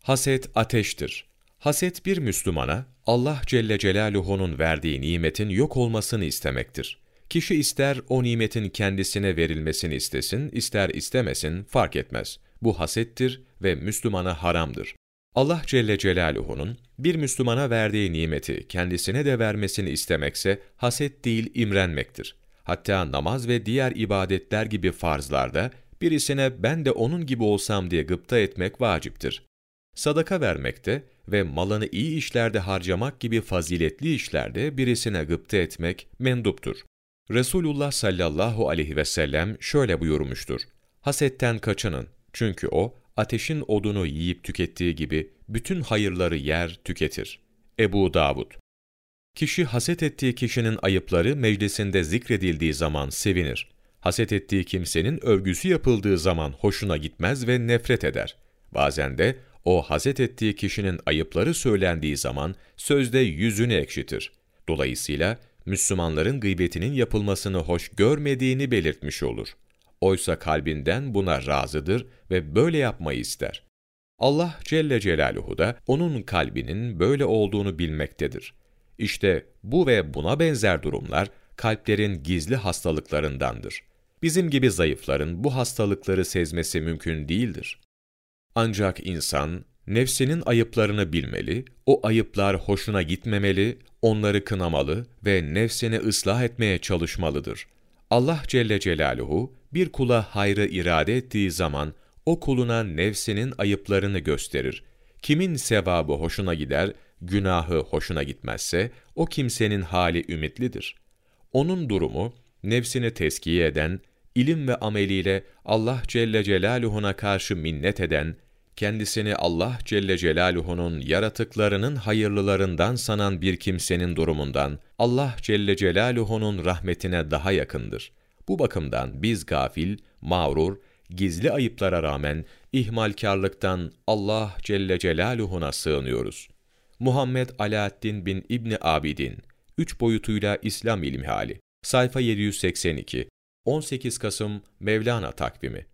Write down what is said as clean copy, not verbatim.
Haset ateştir. Haset bir Müslümana, Allah Celle Celaluhu'nun verdiği nimetin yok olmasını istemektir. Kişi ister o nimetin kendisine verilmesini istesin, ister istemesin, fark etmez. Bu hasettir ve Müslümana haramdır. Allah Celle Celaluhu'nun bir Müslümana verdiği nimeti kendisine de vermesini istemekse haset değil imrenmektir. Hatta namaz ve diğer ibadetler gibi farzlarda birisine ben de onun gibi olsam diye gıpta etmek vaciptir. Sadaka vermekte ve malını iyi işlerde harcamak gibi faziletli işlerde birisine gıpta etmek menduptur. Resulullah sallallahu aleyhi ve sellem şöyle buyurmuştur: Hasetten kaçının, çünkü o, ateşin odunu yiyip tükettiği gibi bütün hayırları yer, tüketir. Ebu Davud. Kişi haset ettiği kişinin ayıpları meclisinde zikredildiği zaman sevinir. Haset ettiği kimsenin övgüsü yapıldığı zaman hoşuna gitmez ve nefret eder. Bazen de o haset ettiği kişinin ayıpları söylendiği zaman sözde yüzünü ekşitir. Dolayısıyla Müslümanların gıybetinin yapılmasını hoş görmediğini belirtmiş olur. Oysa kalbinden buna razıdır ve böyle yapmayı ister. Allah Celle Celaluhu da onun kalbinin böyle olduğunu bilmektedir. İşte bu ve buna benzer durumlar kalplerin gizli hastalıklarındandır. Bizim gibi zayıfların bu hastalıkları sezmesi mümkün değildir. Ancak insan, nefsinin ayıplarını bilmeli, o ayıplar hoşuna gitmemeli, onları kınamalı ve nefsini ıslah etmeye çalışmalıdır. Allah Celle Celaluhu, bir kula hayrı irade ettiği zaman, o kuluna nefsinin ayıplarını gösterir. Kimin sevabı hoşuna gider, günahı hoşuna gitmezse, o kimsenin hali ümitlidir. Onun durumu, nefsini tezkiye eden, ilim ve ameliyle Allah Celle Celaluhu'na karşı minnet eden, kendisini Allah Celle Celaluhu'nun yaratıklarının hayırlılarından sanan bir kimsenin durumundan, Allah Celle Celaluhu'nun rahmetine daha yakındır. Bu bakımdan biz gafil, mağrur, gizli ayıplara rağmen ihmalkarlıktan Allah Celle Celaluhu'na sığınıyoruz. Muhammed Alaaddin bin İbni Abidin, 3 boyutuyla İslam İlmihali, sayfa 782, 18 Kasım Mevlana takvimi.